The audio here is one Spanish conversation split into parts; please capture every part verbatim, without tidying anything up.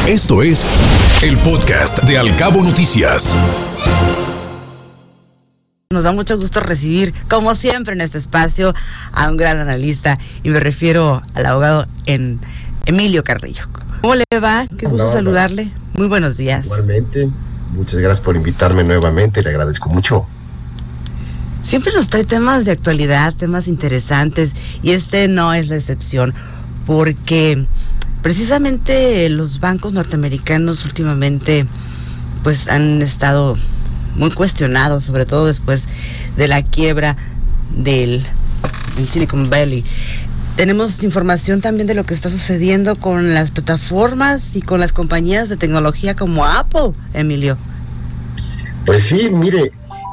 Esto es el podcast de Alcabo Noticias. Nos da mucho gusto recibir, como siempre en este espacio, a un gran analista, y me refiero al abogado en Emilio Carrillo. ¿Cómo le va? Qué gusto no, saludarle. No. Muy buenos días. Igualmente, muchas gracias por invitarme nuevamente, le agradezco mucho. Siempre nos trae temas de actualidad, temas interesantes, y este no es la excepción, porque precisamente los bancos norteamericanos últimamente pues han estado muy cuestionados, sobre todo después de la quiebra del, del Silicon Valley. Tenemos información también de lo que está sucediendo con las plataformas y con las compañías de tecnología como Apple, Emilio. Pues sí, mire,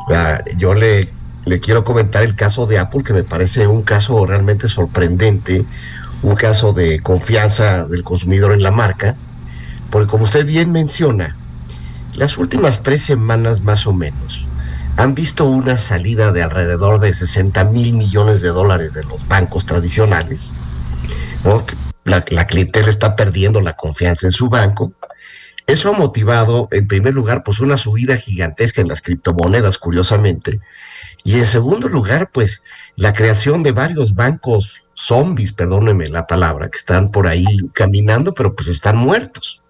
yo le, le quiero comentar el caso de Apple, que me parece un caso realmente sorprendente, un caso de confianza del consumidor en la marca, porque como usted bien menciona, las últimas tres semanas más o menos han visto una salida de alrededor de sesenta mil millones de dólares de los bancos tradicionales, ¿no? La, la clientela está perdiendo la confianza en su banco. Eso ha motivado, en primer lugar, pues una subida gigantesca en las criptomonedas, curiosamente, y en segundo lugar, pues la creación de varios bancos zombies, perdónenme la palabra, que están por ahí caminando, pero pues están muertos.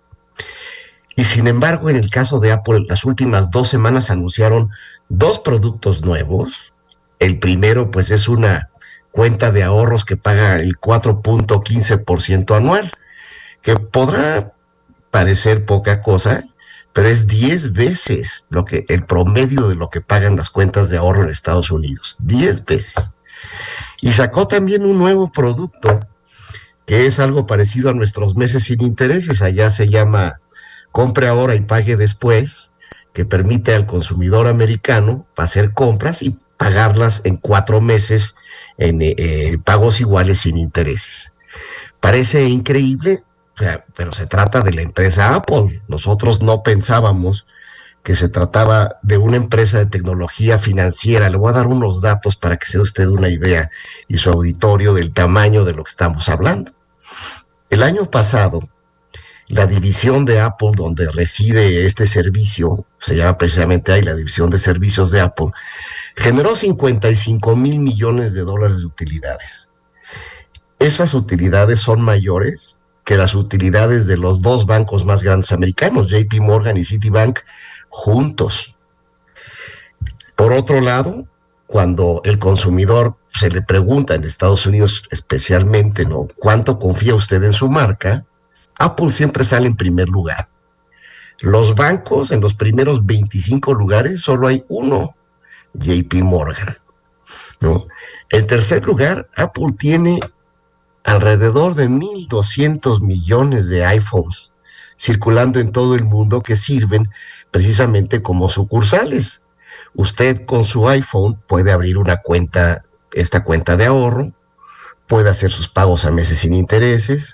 Y sin embargo, en el caso de Apple, las últimas dos semanas anunciaron dos productos nuevos. El primero, pues, es una cuenta de ahorros que paga el cuatro punto quince por ciento anual, que podrá parecer poca cosa, pero es diez veces lo que el promedio de lo que pagan las cuentas de ahorro en Estados Unidos. diez veces. Y sacó también un nuevo producto que es algo parecido a nuestros meses sin intereses. Allá se llama Compre Ahora y Pague Después, que permite al consumidor americano hacer compras y pagarlas en cuatro meses en eh, pagos iguales sin intereses. Parece increíble, pero se trata de la empresa Apple. Nosotros no pensábamos que se trataba de una empresa de tecnología financiera. Le voy a dar unos datos para que se dé usted una idea y su auditorio del tamaño de lo que estamos hablando. El año pasado, la división de Apple donde reside este servicio, se llama precisamente ahí la división de servicios de Apple, generó cincuenta y cinco mil millones de dólares de utilidades. Esas utilidades son mayores que las utilidades de los dos bancos más grandes americanos, J P Morgan y Citibank, juntos. Por otro lado, cuando el consumidor se le pregunta en Estados Unidos especialmente, ¿no?, ¿cuánto confía usted en su marca?, Apple siempre sale en primer lugar. Los bancos, en los primeros veinticinco lugares, solo hay uno, J P Morgan, ¿no? En tercer lugar, Apple tiene alrededor de mil doscientos millones de iPhones circulando en todo el mundo que sirven precisamente como sucursales. Usted con su iPhone puede abrir una cuenta, esta cuenta de ahorro, puede hacer sus pagos a meses sin intereses,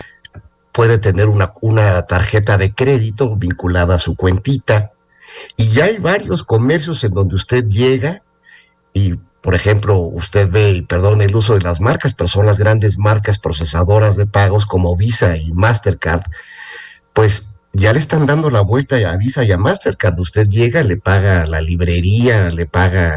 puede tener una, una tarjeta de crédito vinculada a su cuentita, y ya hay varios comercios en donde usted llega y, por ejemplo, usted ve, y perdone el uso de las marcas, pero son las grandes marcas procesadoras de pagos como Visa y Mastercard, pues ya le están dando la vuelta a Visa y a Mastercard. Usted llega, le paga a la librería, le paga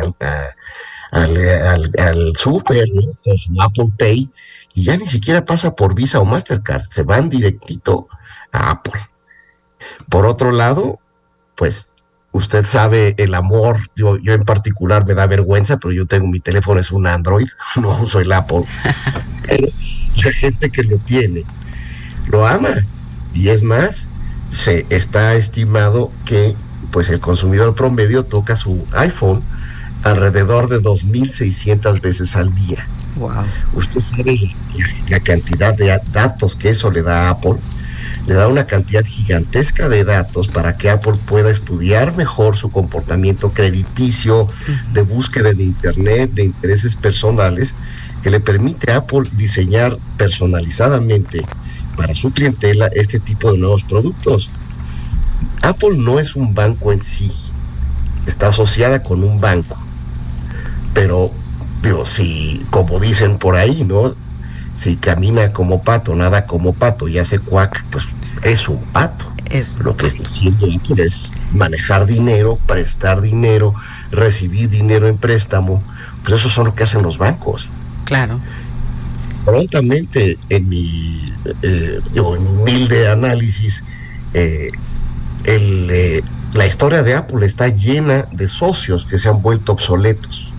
a, al, al, al súper, ¿no?, con su Apple Pay, y ya ni siquiera pasa por Visa o Mastercard, se van directito a Apple. Por otro lado, pues usted sabe el amor, yo, yo en particular me da vergüenza, pero yo tengo, mi teléfono es un Android, no uso el Apple, pero la gente que lo tiene, lo ama, y es más, se está estimado que pues el consumidor promedio toca su iPhone alrededor de dos mil seiscientas veces al día. Wow. Usted sabe la, la cantidad de datos que eso le da a Apple. Le da una cantidad gigantesca de datos para que Apple pueda estudiar mejor su comportamiento crediticio, de búsqueda de internet, de intereses personales, que le permite a Apple diseñar personalizadamente para su clientela este tipo de nuevos productos. Apple no es un banco en sí, está asociada con un banco, pero digo, si, como dicen por ahí, ¿no?, si camina como pato, nada como pato y hace cuac, pues es un pato. Es lo que está haciendo Apple es manejar dinero, prestar dinero, recibir dinero en préstamo. Pues eso son lo que hacen los bancos. Claro. Prontamente, en mi, eh, digo, en mi humilde análisis, eh, el, eh, la historia de Apple está llena de socios que se han vuelto obsoletos.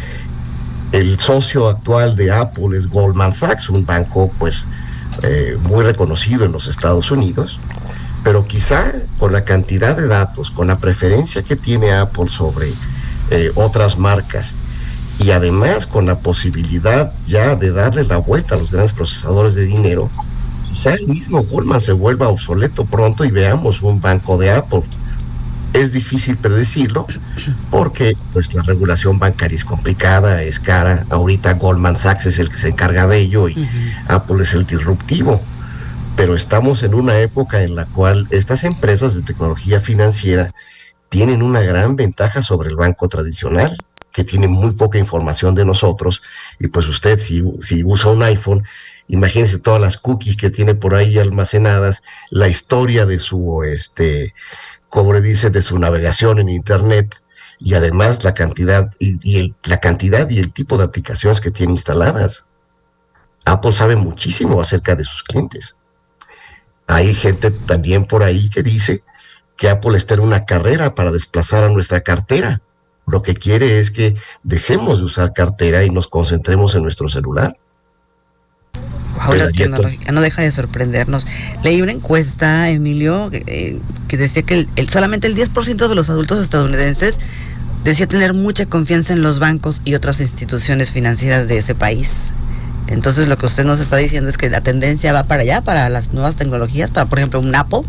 El socio actual de Apple es Goldman Sachs, un banco pues eh, muy reconocido en los Estados Unidos, pero quizá con la cantidad de datos, con la preferencia que tiene Apple sobre eh, otras marcas, y además con la posibilidad ya de darle la vuelta a los grandes procesadores de dinero, quizá el mismo Goldman se vuelva obsoleto pronto y veamos un banco de Apple. Es difícil predecirlo porque pues la regulación bancaria es complicada, es cara. Ahorita Goldman Sachs es el que se encarga de ello y uh-huh. Apple es el disruptivo. Pero estamos en una época en la cual estas empresas de tecnología financiera tienen una gran ventaja sobre el banco tradicional, que tiene muy poca información de nosotros. Y pues usted, si, si usa un iPhone, imagínense todas las cookies que tiene por ahí almacenadas, la historia de su, este, como le dice, de su navegación en Internet, y además la cantidad y, y el, la cantidad y el tipo de aplicaciones que tiene instaladas. Apple sabe muchísimo acerca de sus clientes. Hay gente también por ahí que dice que Apple está en una carrera para desplazar a nuestra cartera. Lo que quiere es que dejemos de usar cartera y nos concentremos en nuestro celular. Wow, la tecnología no deja de sorprendernos. Leí una encuesta, Emilio, eh, que decía que el, el, solamente el diez por ciento de los adultos estadounidenses decía tener mucha confianza en los bancos y otras instituciones financieras de ese país. Entonces lo que usted nos está diciendo es que la tendencia va para allá, para las nuevas tecnologías, para por ejemplo un Apple.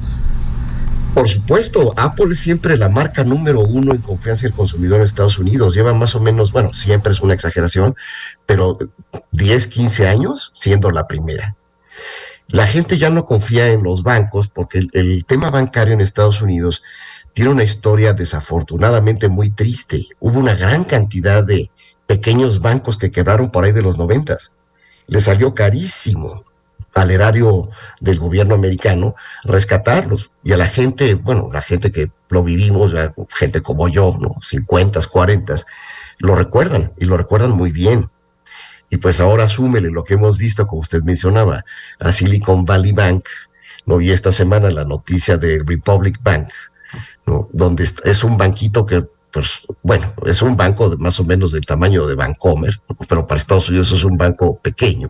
Por supuesto, Apple es siempre la marca número uno en confianza del consumidor en Estados Unidos. Lleva más o menos, bueno, siempre es una exageración, pero diez, quince años siendo la primera. La gente ya no confía en los bancos porque el, el tema bancario en Estados Unidos tiene una historia desafortunadamente muy triste. Hubo una gran cantidad de pequeños bancos que quebraron por ahí de los noventas. Les salió carísimo al erario del gobierno americano rescatarlos, y a la gente, bueno, la gente que lo vivimos, gente como yo, ¿no? cincuenta, cuarenta, lo recuerdan, y lo recuerdan muy bien. Y pues ahora súmele lo que hemos visto, como usted mencionaba, a Silicon Valley Bank, ¿no? Y esta semana la noticia de Republic Bank, ¿no? Donde es un banquito que, pues, bueno, es un banco de más o menos del tamaño de Bancomer, pero para Estados Unidos es un banco pequeño,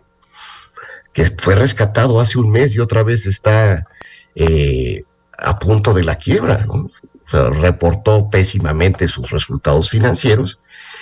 que fue rescatado hace un mes y otra vez está eh, a punto de la quiebra, ¿no? O sea, reportó pésimamente sus resultados financieros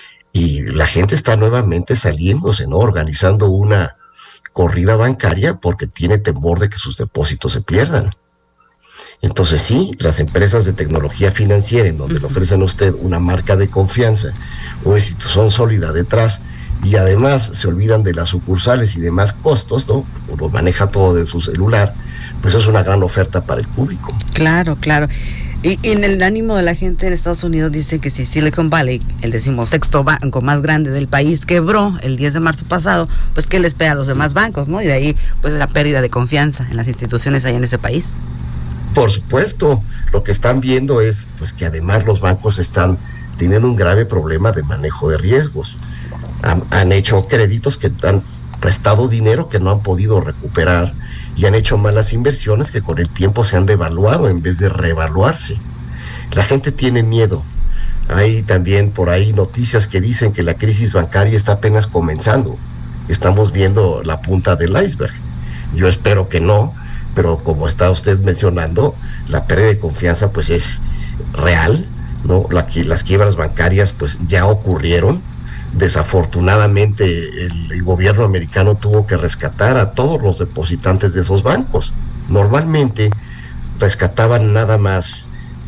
y la gente está nuevamente saliéndose, ¿no? Organizando una corrida bancaria porque tiene temor de que sus depósitos se pierdan. Entonces sí, las empresas de tecnología financiera en donde le ofrecen a usted una marca de confianza, una institución sólida detrás, y además se olvidan de las sucursales y demás costos, ¿no? Uno maneja todo de su celular, pues es una gran oferta para el público. Claro, claro. Y, y en el ánimo de la gente en Estados Unidos dice que si Silicon Valley, el decimosexto banco más grande del país, quebró el diez de marzo pasado, pues ¿qué le espera a los demás bancos, no? Y de ahí, pues la pérdida de confianza en las instituciones allá en ese país. Por supuesto, lo que están viendo es pues que además los bancos están teniendo un grave problema de manejo de riesgos. Han, han hecho créditos que han prestado dinero que no han podido recuperar y han hecho malas inversiones que con el tiempo se han devaluado en vez de reevaluarse. La gente tiene miedo. Hay también por ahí noticias que dicen que la crisis bancaria está apenas comenzando. Estamos viendo la punta del iceberg. Yo espero que no, pero como está usted mencionando, la pérdida de confianza pues es real, ¿no? La, las quiebras bancarias pues ya ocurrieron. Desafortunadamente el, el gobierno americano tuvo que rescatar a todos los depositantes de esos bancos. Normalmente rescataban nada más,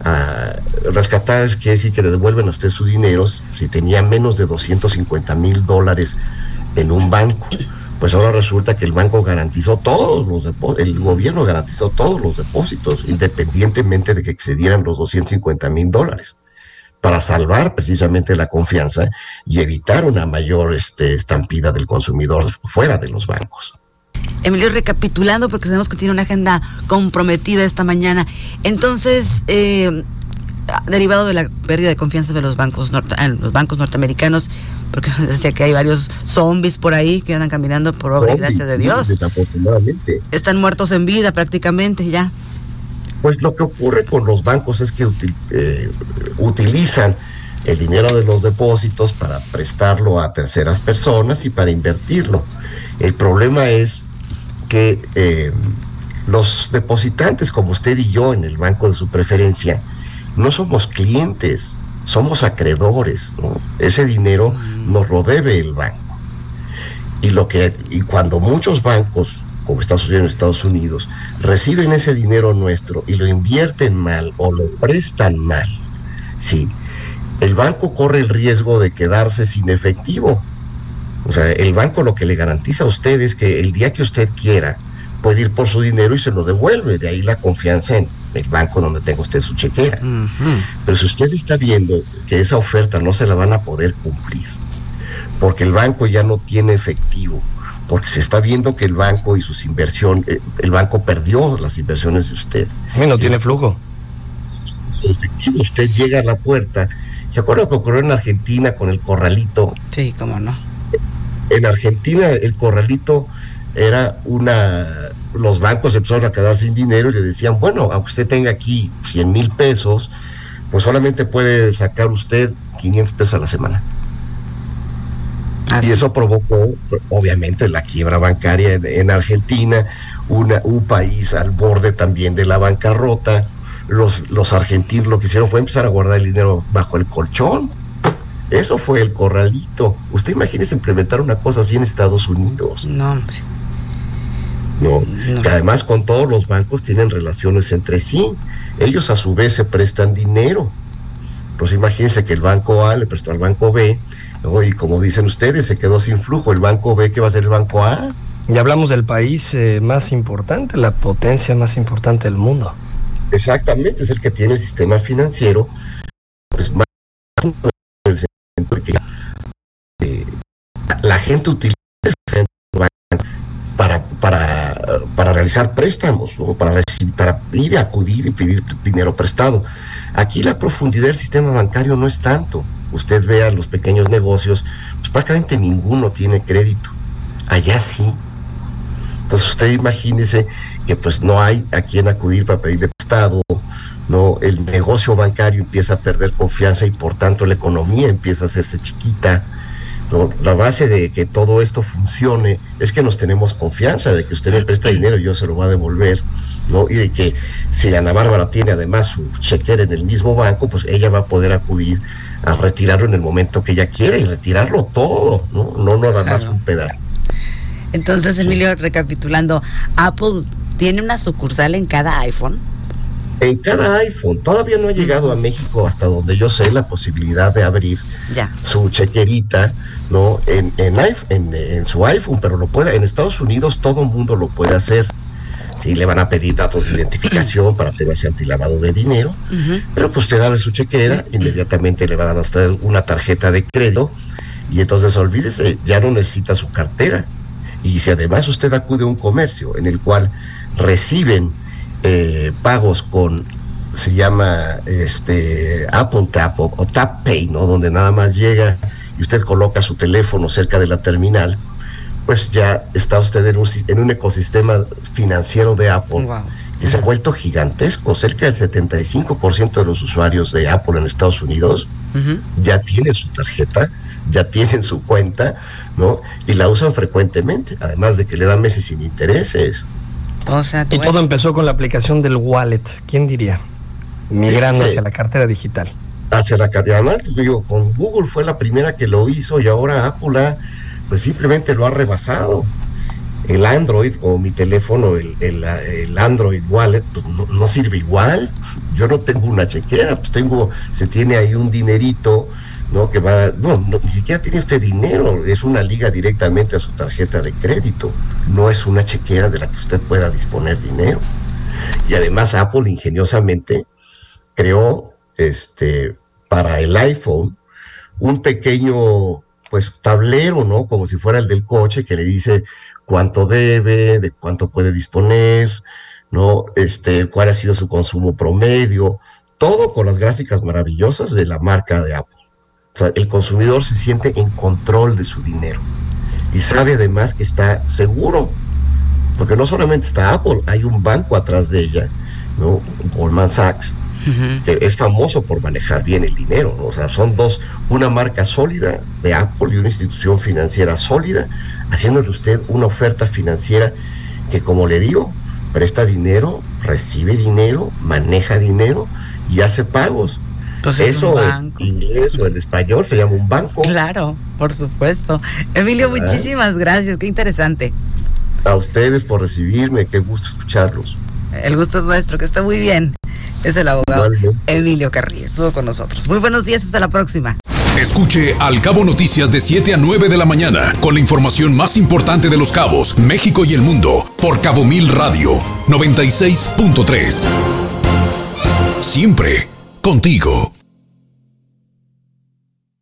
uh, rescatar es que decir que le devuelven a usted su dinero si tenía menos de doscientos cincuenta mil dólares en un banco. Pues ahora resulta que el banco garantizó todos los depósitos, el gobierno garantizó todos los depósitos, independientemente de que excedieran los doscientos cincuenta mil dólares, para salvar precisamente la confianza y evitar una mayor este, estampida del consumidor fuera de los bancos. Emilio, recapitulando, porque sabemos que tiene una agenda comprometida esta mañana. Entonces, eh, derivado de la pérdida de confianza de los bancos, norte, los bancos norteamericanos, porque decía que hay varios zombies por ahí que andan caminando por obra y gracia de sí, Dios. Desafortunadamente. Están muertos en vida prácticamente ya. Pues lo que ocurre con los bancos es que util, eh, utilizan el dinero de los depósitos para prestarlo a terceras personas y para invertirlo. El problema es que eh, los depositantes como usted y yo en el banco de su preferencia no somos clientes, somos acreedores, ¿no? Ese dinero nos lo debe el banco. Y lo que y cuando muchos bancos, como está sucediendo en Estados Unidos, reciben ese dinero nuestro y lo invierten mal o lo prestan mal, sí, el banco corre el riesgo de quedarse sin efectivo. O sea, el banco lo que le garantiza a usted es que el día que usted quiera puede ir por su dinero y se lo devuelve. De ahí la confianza en el banco donde tenga usted su chequera. Uh-huh. Pero si usted está viendo que esa oferta no se la van a poder cumplir, porque el banco ya no tiene efectivo, porque se está viendo que el banco y sus inversiones, el banco perdió las inversiones de usted. Y no tiene flujo. Efectivo, usted llega a la puerta. ¿Se acuerda lo que ocurrió en Argentina con el corralito? Sí, cómo no. En Argentina el corralito era una... Los bancos empezaron a quedar sin dinero y le decían, bueno, aunque usted tenga aquí cien mil pesos, pues solamente puede sacar usted quinientos pesos a la semana. Así. Y eso provocó, obviamente, la quiebra bancaria en, en Argentina, una, un país al borde también de la bancarrota. Los, los argentinos lo que hicieron fue empezar a guardar el dinero bajo el colchón. Eso fue el corralito. Usted imagínese implementar una cosa así en Estados Unidos. No, hombre. No, no. Que además con todos los bancos tienen relaciones entre sí. Ellos a su vez se prestan dinero. Pues imagínense que el banco A le prestó al banco B, ¿no? Y como dicen ustedes, se quedó sin flujo. El banco B, ¿qué va a ser el banco A? Y hablamos del país eh, más importante, la potencia más importante del mundo. Exactamente, es el que tiene el sistema financiero pues, más porque eh, la gente utiliza para para para realizar préstamos o para para ir a acudir y pedir dinero prestado. Aquí la profundidad del sistema bancario no es tanto. Usted vea los pequeños negocios, pues prácticamente ninguno tiene crédito. Allá sí. Entonces usted imagínese que pues no hay a quien acudir para pedirle prestado, no, el negocio bancario empieza a perder confianza y por tanto la economía empieza a hacerse chiquita, ¿no? La base de que todo esto funcione es que nos tenemos confianza de que usted me presta dinero y yo se lo va a devolver, ¿no? Y de que si Ana Bárbara tiene además su chequera en el mismo banco, pues ella va a poder acudir a retirarlo en el momento que ella quiera y retirarlo todo, no, no nada más un pedazo. Entonces, Emilio, recapitulando, Apple tiene una sucursal en cada iPhone. En cada iPhone. Todavía no ha llegado a México, hasta donde yo sé, la posibilidad de abrir ya su chequerita, ¿no? En, en, en, en su iPhone, pero lo puede, en Estados Unidos todo el mundo lo puede hacer. Sí, le van a pedir datos de identificación para tenerse antilavado de dinero, uh-huh. Pero pues usted abre su chequera, inmediatamente le van a dar a usted una tarjeta de crédito y entonces olvídese, ya no necesita su cartera. Y si además usted acude a un comercio en el cual reciben eh, pagos con, se llama este Apple Tap o, o Tap Pay, ¿no? Donde nada más llega y usted coloca su teléfono cerca de la terminal, pues ya está usted en un, en un ecosistema financiero de Apple. Wow. Que se ha vuelto gigantesco. Cerca del setenta y cinco por ciento de los usuarios de Apple en Estados Unidos uh-huh. ya tienen su tarjeta, ya tienen su cuenta, ¿no? Y la usan frecuentemente, además de que le dan meses sin intereses. O sea, y todo empezó con la aplicación del wallet, ¿quién diría? Migrando sí, hacia la cartera digital. Hacia la cartera, además, digo, con Google fue la primera que lo hizo y ahora Apple ha, pues simplemente lo ha rebasado. El Android o mi teléfono, el, el, el Android Wallet, pues no, no sirve igual. Yo no tengo una chequera, pues tengo, se tiene ahí un dinerito, ¿no? Que va, no, no, ni siquiera tiene usted dinero, es una liga directamente a su tarjeta de crédito, no es una chequera de la que usted pueda disponer dinero. Y además Apple ingeniosamente creó este para el iPhone un pequeño pues tablero, ¿no? Como si fuera el del coche, que le dice cuánto debe, de cuánto puede disponer, ¿no? Este, cuál ha sido su consumo promedio, todo con las gráficas maravillosas de la marca de Apple. O sea, el consumidor se siente en control de su dinero y sabe además que está seguro, porque no solamente está Apple, hay un banco atrás de ella, ¿no? Goldman Sachs, uh-huh. que es famoso por manejar bien el dinero, ¿no? O sea, son dos, una marca sólida de Apple y una institución financiera sólida, haciéndole usted una oferta financiera que, como le digo, presta dinero, recibe dinero, maneja dinero y hace pagos. Entonces, eso en inglés o en español se llama un banco. Claro, por supuesto. Emilio, ¿verdad? Muchísimas gracias, qué interesante. A ustedes por recibirme, qué gusto escucharlos. El gusto es nuestro, que esté muy bien. Es el abogado Igualmente. Emilio Carrillo, estuvo con nosotros. Muy buenos días, hasta la próxima. Escuche Al Cabo Noticias de siete a nueve de la mañana con la información más importante de Los Cabos, México y el mundo por Cabo Mil Radio noventa y seis punto tres. Siempre contigo.